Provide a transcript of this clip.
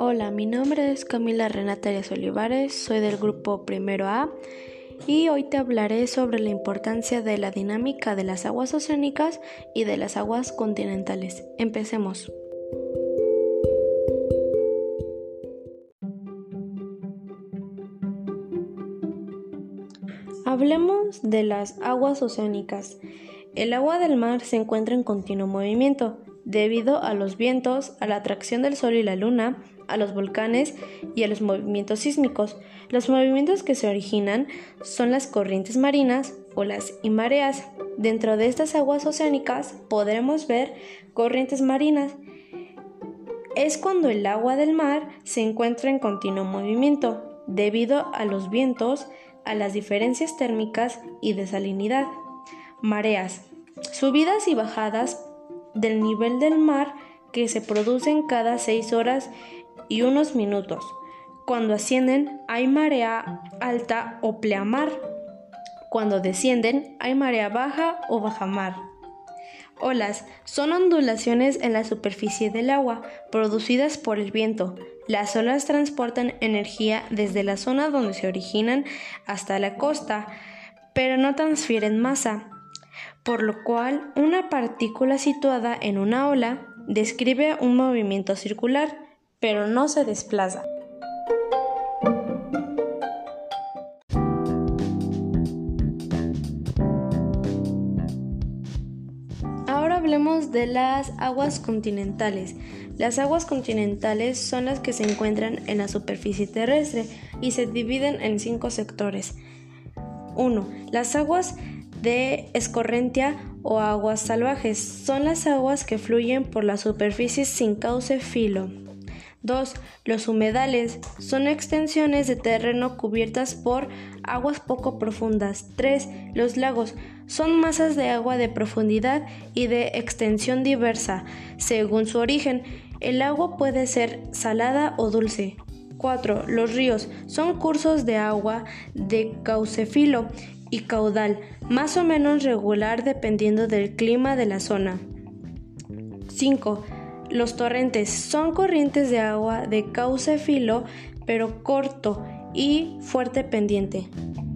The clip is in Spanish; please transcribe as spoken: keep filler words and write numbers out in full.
Hola, mi nombre es Camila Renata Arias Olivares, soy del grupo Primero A y hoy te hablaré sobre la importancia de la dinámica de las aguas oceánicas y de las aguas continentales. Empecemos. Hablemos de las aguas oceánicas. El agua del mar se encuentra en continuo movimiento, debido a los vientos, a la atracción del Sol y la Luna, a los volcanes y a los movimientos sísmicos. Los movimientos que se originan son las corrientes marinas, olas y mareas. Dentro de estas aguas oceánicas podremos ver corrientes marinas. Es cuando el agua del mar se encuentra en continuo movimiento, debido a los vientos, a las diferencias térmicas y de salinidad. Mareas, subidas y bajadas del nivel del mar que se producen cada seis horas y unos minutos. Cuando ascienden hay marea alta o pleamar. Cuando descienden hay marea baja o bajamar. Olas son ondulaciones en la superficie del agua producidas por el viento. Las olas transportan energía desde la zona donde se originan hasta la costa, pero no transfieren masa, por lo cual una partícula situada en una ola describe un movimiento circular, pero no se desplaza. Ahora hablemos de las aguas continentales. Las aguas continentales son las que se encuentran en la superficie terrestre y se dividen en cinco sectores. uno. Las aguas de escorrentia o aguas salvajes son las aguas que fluyen por la superficie sin cauce filo. dos. Los humedales son extensiones de terreno cubiertas por aguas poco profundas. tres. Los lagos son masas de agua de profundidad y de extensión diversa, según su origen. El agua puede ser salada o dulce. cuatro. Los ríos son cursos de agua de cauce filo y caudal, más o menos regular dependiendo del clima de la zona. cinco. Los torrentes son corrientes de agua de cauce filo, pero corto y fuerte pendiente.